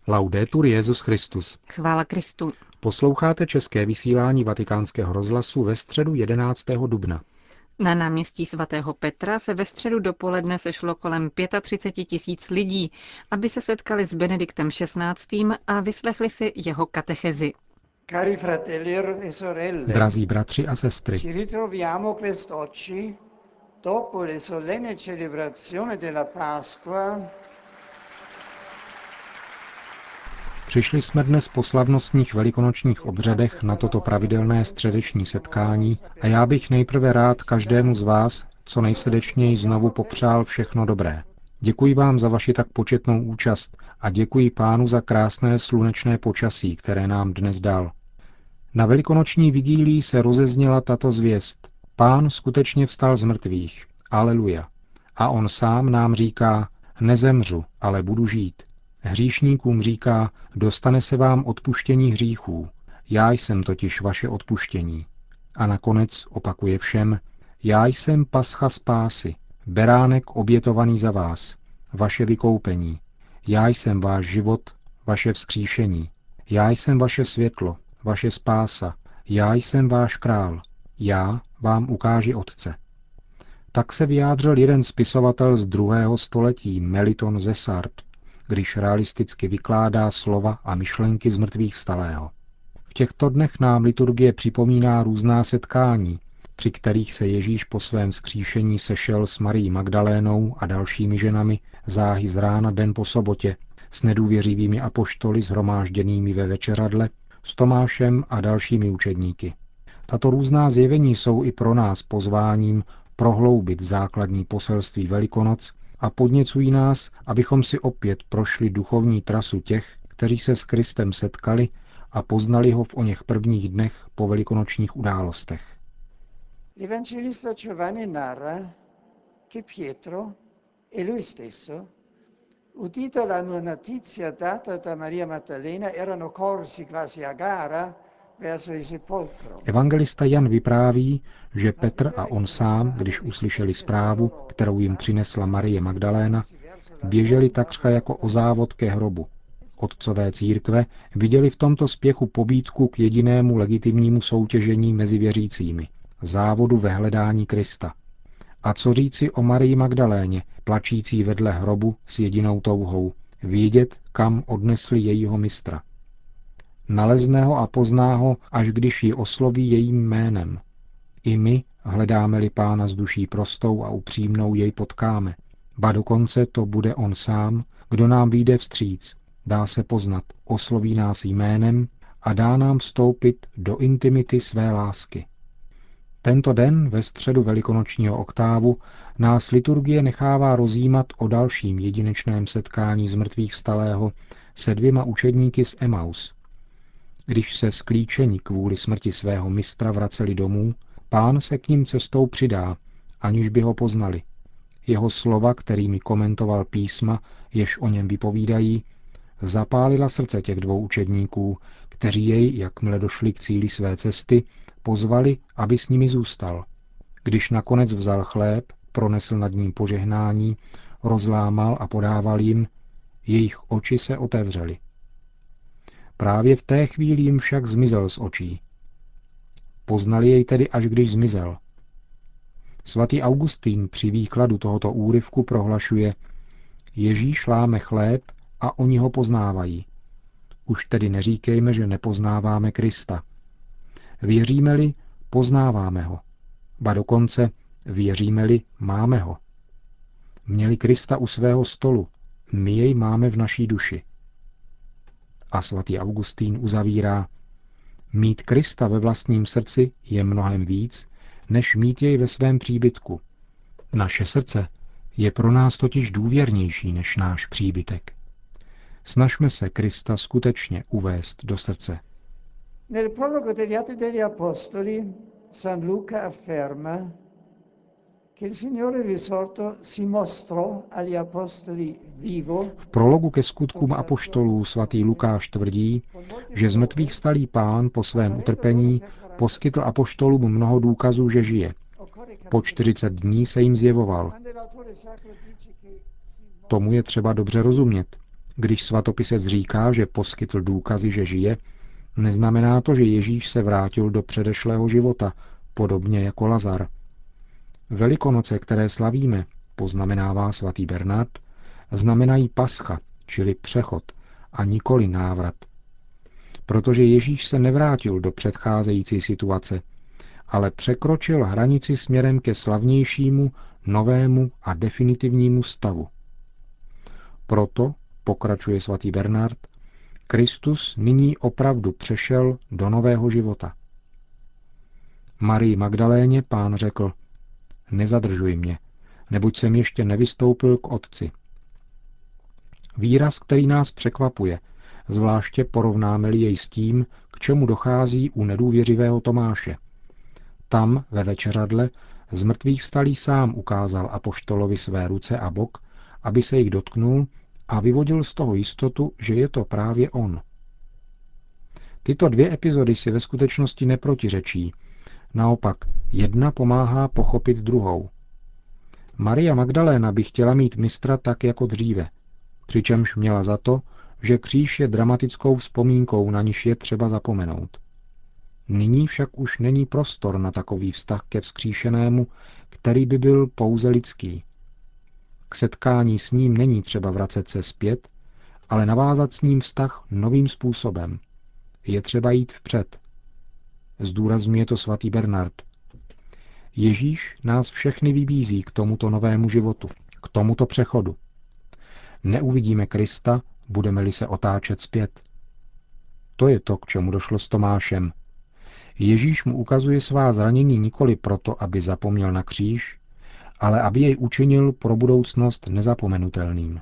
Laudetur Jesus Christus. Chvála Kristu. Posloucháte české vysílání Vatikánského rozhlasu ve středu 11. dubna. Na náměstí svatého Petra se ve středu dopoledne sešlo kolem 35 000 lidí, aby se setkali s Benediktem XVI. A vyslechli si jeho katechezi. Cari fratelli e sorelle, Drazí bratři a sestry, ci ritroviamo quest'oggi dopo le solenne celebrazione della Pasqua. přišli jsme dnes po slavnostních velikonočních obřadech na toto pravidelné středeční setkání a já bych nejprve rád každému z vás co nejsrdečněji znovu popřál všechno dobré. Děkuji vám za vaši tak početnou účast a děkuji Pánu za krásné slunečné počasí, které nám dnes dal. Na velikonoční vigílii se rozezněla tato zvěst. Pán skutečně vstal z mrtvých. Aleluja. A on sám nám říká, nezemřu, ale budu žít. Hříšníkům říká, dostane se vám odpuštění hříchů. Já jsem totiž vaše odpuštění. A nakonec opakuje všem, já jsem pascha spásy, beránek obětovaný za vás, vaše vykoupení. Já jsem váš život, vaše vzkříšení. Já jsem vaše světlo, vaše spása. Já jsem váš král. Já vám ukáži Otce. Tak se vyjádřil jeden spisovatel z 2. století, Meliton ze Sardes, když realisticky vykládá slova a myšlenky z mrtvých vstalého. V těchto dnech nám liturgie připomíná různá setkání, při kterých se Ježíš po svém vzkříšení sešel s Marií Magdalénou a dalšími ženami záhy z rána den po sobotě, s nedůvěřivými apoštoly shromážděnými ve večeřadle, s Tomášem a dalšími učedníky. Tato různá zjevení jsou i pro nás pozváním prohloubit základní poselství Velikonoc a podněcují nás, abychom si opět prošli duchovní trasu těch, kteří se s Kristem setkali a poznali ho v oněch prvních dnech po velikonočních událostech. L'Evangelista Giovanni narra che Pietro e lui stesso, udita la notizia data da Maria Maddalena, erano corsi quasi a gara verso il sepolcro. Evangelista Jan vypráví, že Petr a on sám, když uslyšeli zprávu, kterou jim přinesla Marie Magdaléna, běželi takřka jako o závod ke hrobu. Otcové církve viděli v tomto spěchu pobídku k jedinému legitimnímu soutěžení mezi věřícími, závodu ve hledání Krista. A co říci o Marii Magdaléně, plačící vedle hrobu s jedinou touhou, vědět, kam odnesli jejího mistra. Nalezne ho a pozná ho, až když ji osloví jejím jménem. I my, hledáme-li Pána s duší prostou a upřímnou, jej potkáme. Ba dokonce to bude on sám, kdo nám vyjde vstříc, dá se poznat, osloví nás jménem a dá nám vstoupit do intimity své lásky. Tento den ve středu velikonočního oktávu nás liturgie nechává rozjímat o dalším jedinečném setkání zmrtvých vstalého se 2 učedníky z Emaus. Když se sklíčeni kvůli smrti svého mistra vraceli domů, Pán se k ním cestou přidá, aniž by ho poznali. Jeho slova, kterými komentoval písma, jež o něm vypovídají, zapálila srdce těch 2 učedníků, kteří jej, jakmile došli k cíli své cesty, pozvali, aby s nimi zůstal. Když nakonec vzal chléb, pronesl nad ním požehnání, rozlámal a podával jim, jejich oči se otevřely. Právě v té chvíli jim však zmizel z očí. Poznali jej tedy, až když zmizel. Svatý Augustín při výkladu tohoto úryvku prohlašuje: Ježíš láme chléb a oni ho poznávají. Už tedy neříkejme, že nepoznáváme Krista. Věříme-li, poznáváme ho. Ba dokonce, věříme-li, máme ho. Měli Krista u svého stolu, my jej máme v naší duši. A svatý Augustín uzavírá: mít Krista ve vlastním srdci je mnohem víc, než mít jej ve svém příbytku. Naše srdce je pro nás totiž důvěrnější než náš příbytek. Snažme se Krista skutečně uvést do srdce. Nel prologo degli Atti degli Apostoli, San Luca afferma che il Signore risorto si mostrò agli apostoli vivo. V prologu ke skutkům apoštolů svatý Lukáš tvrdí, že z mrtvých vstalý Pán po svém utrpení poskytl apoštolům mnoho důkazů, že žije. Po 40 dní se jim zjevoval. Tomu je třeba dobře rozumět. Když svatopisec říká, že poskytl důkazy, že žije, neznamená to, že Ježíš se vrátil do předešlého života, podobně jako Lazar. Velikonoce, které slavíme, poznamenává svatý Bernard, znamenají pascha, čili přechod, a nikoli návrat. Protože Ježíš se nevrátil do předcházející situace, ale překročil hranici směrem ke slavnějšímu, novému a definitivnímu stavu. Proto, pokračuje svatý Bernard, Kristus nyní opravdu přešel do nového života. Marii Magdaléně Pán řekl: Nezadržuj mě, neboť jsem ještě nevystoupil k Otci. Výraz, který nás překvapuje, zvláště porovnáme-li jej s tím, k čemu dochází u nedůvěřivého Tomáše. Tam, ve večeřadle, z mrtvých vstalý sám ukázal apoštolovi své ruce a bok, aby se jich dotknul a vyvodil z toho jistotu, že je to právě on. Tyto dvě epizody si ve skutečnosti neprotiřečí, naopak jedna pomáhá pochopit druhou. Maria Magdaléna by chtěla mít mistra tak jako dříve, přičemž měla za to, že kříž je dramatickou vzpomínkou, na niž je třeba zapomenout. Nyní však už není prostor na takový vztah ke vzkříšenému, který by byl pouze lidský. K setkání s ním není třeba vracet se zpět, ale navázat s ním vztah novým způsobem. Je třeba jít vpřed. Zdůrazňuje to svatý Bernard. Ježíš nás všechny vybízí k tomuto novému životu, k tomuto přechodu. Neuvidíme Krista, budeme-li se otáčet zpět. To je to, k čemu došlo s Tomášem. Ježíš mu ukazuje svá zranění nikoli proto, aby zapomněl na kříž, ale aby jej učinil pro budoucnost nezapomenutelným.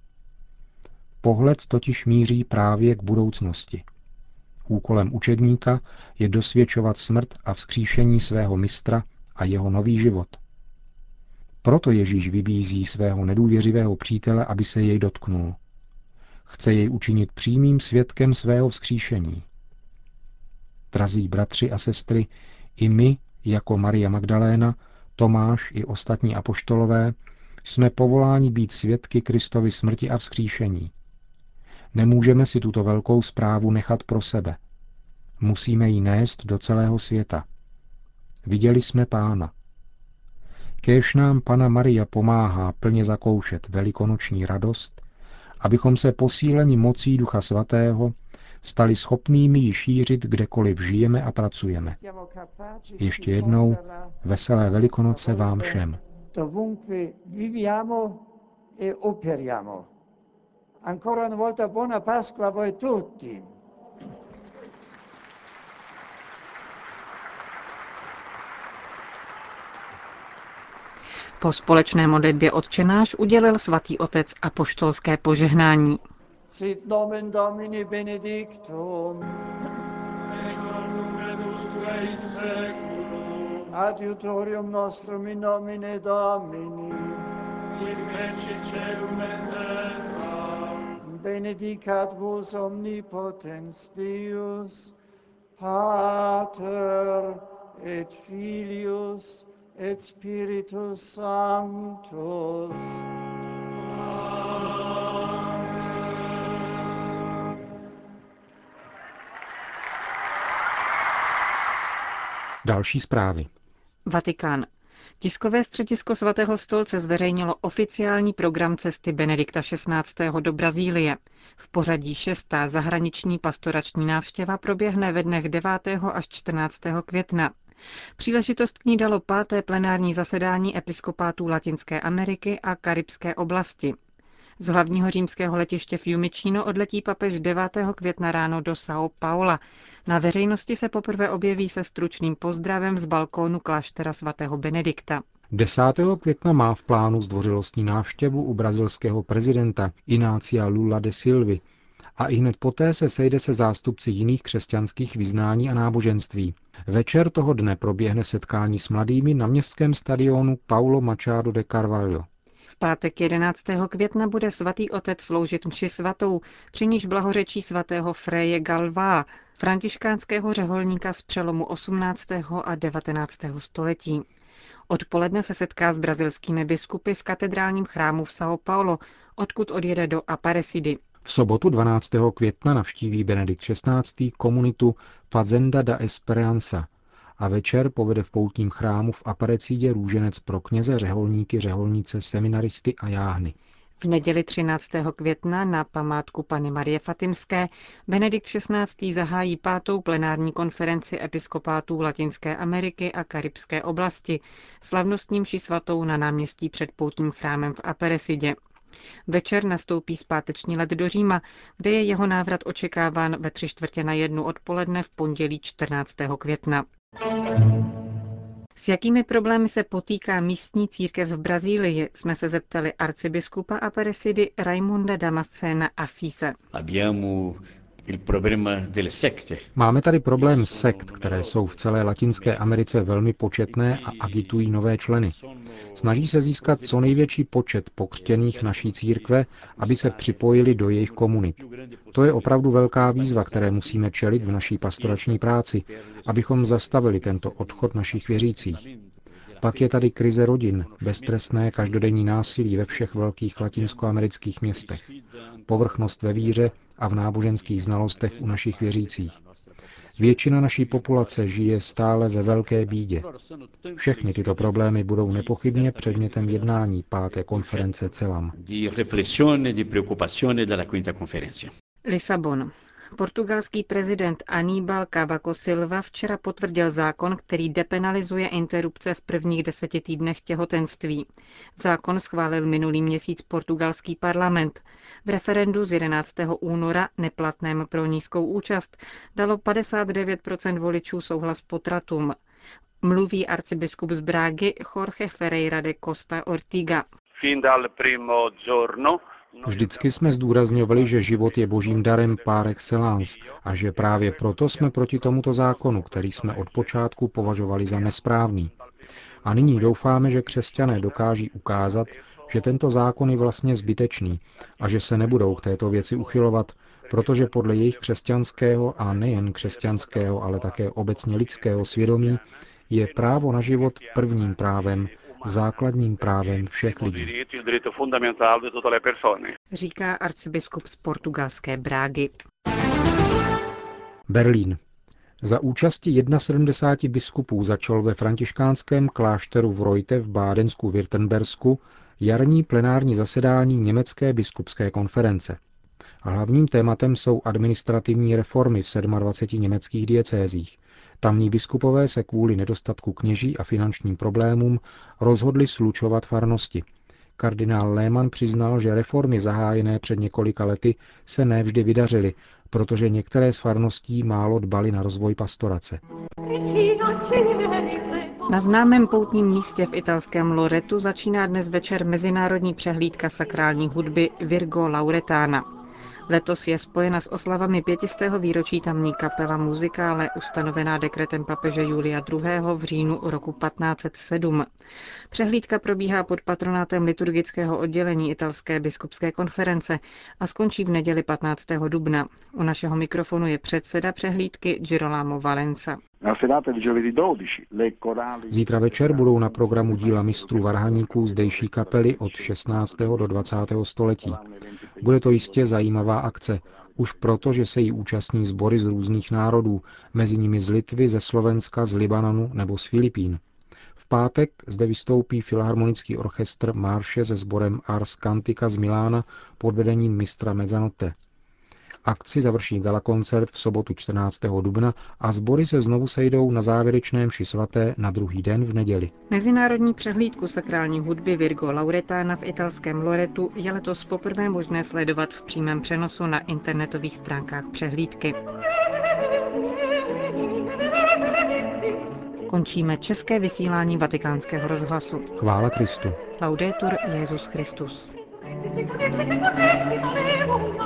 Pohled totiž míří právě k budoucnosti. Úkolem učedníka je dosvědčovat smrt a vzkříšení svého mistra a jeho nový život. Proto Ježíš vybízí svého nedůvěřivého přítele, aby se jej dotknul. Chce jej učinit přímým svědkem svého vzkříšení. Drazí bratři a sestry, i my, jako Maria Magdaléna, Tomáš i ostatní apoštolové, jsme povoláni být svědky Kristovy smrti a vzkříšení. Nemůžeme si tuto velkou zprávu nechat pro sebe. Musíme ji nést do celého světa. Viděli jsme Pána. Kéž nám Panna Maria pomáhá plně zakoušet velikonoční radost, abychom se posíleni mocí Ducha Svatého stali schopnými ji šířit, kdekoliv žijeme a pracujeme. Ještě jednou veselé Velikonoce vám všem. Ancora una volta buona Pasqua a voi tutti. Po společné modlitbě Otčenáš udělil svatý otec apoštolské požehnání. Sit nomen Domini benedictum. Adiutorium nostrum in nomine Domini. Benedicat vos omnipotens Deus, Pater et Filius et Spiritus Sanctus. Další zprávy. Vatikán. Tiskové středisko svatého stolce zveřejnilo oficiální program cesty Benedikta XVI. Do Brazílie. V pořadí 6. zahraniční pastorační návštěva proběhne ve dnech 9. až 14. května. Příležitost k ní dalo 5. plenární zasedání episkopátů Latinské Ameriky a Karibské oblasti. Z hlavního římského letiště Fiumicino odletí papež 9. května ráno do São Paula. Na veřejnosti se poprvé objeví se stručným pozdravem z balkónu kláštera svatého Benedikta. 10. května má v plánu zdvořilostní návštěvu u brazilského prezidenta Inácia Lula de Silvy a ihned poté se sejde se zástupci jiných křesťanských vyznání a náboženství. Večer toho dne proběhne setkání s mladými na městském stadionu Paulo Machado de Carvalho. V pátek 11. května bude svatý otec sloužit mši svatou, při níž blahořečí svatého Freje Galvá, františkánského řeholníka z přelomu 18. a 19. století. Odpoledne se setká s brazilskými biskupy v katedrálním chrámu v São Paulo, odkud odjede do Aparecidy. V sobotu 12. května navštíví Benedikt XVI. Komunitu Fazenda da Esperanza a večer povede v poutním chrámu v Aparecidě růženec pro kněze, řeholníky, řeholnice, seminaristy a jáhny. V neděli 13. května na památku Panny Marie Fatimské Benedikt XVI. Zahájí 5. plenární konferenci episkopátů Latinské Ameriky a Karibské oblasti slavnostní mši svatou na náměstí před poutním chrámem v Aparecidě. Večer nastoupí zpáteční let do Říma, kde je jeho návrat očekáván ve 1:45 odpoledne v pondělí 14. května. S jakými problémy se potýká místní církev v Brazílii, jsme se zeptali arcibiskupa Aparecidy Raimunda Damascena Assise. Máme tady problém sekt, které jsou v celé Latinské Americe velmi početné a agitují nové členy. Snaží se získat co největší počet pokřtěných naší církve, aby se připojili do jejich komunit. To je opravdu velká výzva, které musíme čelit v naší pastorační práci, abychom zastavili tento odchod našich věřících. Pak je tady krize rodin, beztrestné každodenní násilí ve všech velkých latinskoamerických městech, povrchnost ve víře a v náboženských znalostech u našich věřících. Většina naší populace žije stále ve velké bídě. Všechny tyto problémy budou nepochybně předmětem jednání 5. konference CELAM. Lisabon. Portugalský prezident Aníbal Cavaco Silva včera potvrdil zákon, který depenalizuje interrupce v prvních 10 týdnech těhotenství. Zákon schválil minulý měsíc portugalský parlament. V referendu z 11. února, neplatném pro nízkou účast, dalo 59% voličů souhlas potratům. Mluví arcibiskup z Bragy Jorge Ferreira de Costa Ortiga. Vždycky jsme zdůrazňovali, že život je božím darem par excellence a že právě proto jsme proti tomuto zákonu, který jsme od počátku považovali za nesprávný. A nyní doufáme, že křesťané dokáží ukázat, že tento zákon je vlastně zbytečný a že se nebudou k této věci uchylovat, protože podle jejich křesťanského a nejen křesťanského, ale také obecně lidského svědomí je právo na život prvním právem, základním právem všech lidí. Říká arcibiskup z portugalské Bragy. Berlín. Za účasti 71 biskupů začal ve františkánském klášteru v Reutte v Bádensku-Württembersku jarní plenární zasedání Německé biskupské konference. A hlavním tématem jsou administrativní reformy v 27 německých diecézích. Tamní biskupové se kvůli nedostatku kněží a finančním problémům rozhodli slučovat farnosti. Kardinál Lehmann přiznal, že reformy zahájené před několika lety se nevždy vydařily, protože některé z farností málo dbaly na rozvoj pastorace. Na známém poutním místě v italském Loretu začíná dnes večer mezinárodní přehlídka sakrální hudby Virgo Lauretana. Letos je spojena s oslavami 500. výročí tamní kapela Musikále, ustanovená dekretem papeže Julia II. V říjnu roku 1507. Přehlídka probíhá pod patronátem liturgického oddělení italské biskupské konference a skončí v neděli 15. dubna. U našeho mikrofonu je předseda přehlídky Girolamo Valenza. Zítra večer budou na programu díla mistrů varhaníků zdejší kapely od 16. do 20. století. Bude to jistě zajímavá akce, už proto, že se jí účastní sbory z různých národů, mezi nimi z Litvy, ze Slovenska, z Libanonu nebo z Filipín. V pátek zde vystoupí filharmonický orchestr Marše se sborem Ars Cantica z Milána pod vedením mistra Mezzanotte. Akci završí galakoncert v sobotu 14. dubna a sbory se znovu sejdou na závěrečné mši svaté na druhý den v neděli. Mezinárodní přehlídku sakrální hudby Virgo Lauretana v italském Loretu je letos poprvé možné sledovat v přímém přenosu na internetových stránkách přehlídky. Končíme české vysílání Vatikánského rozhlasu. Chvála Kristu. Laudetur Jesus Christus.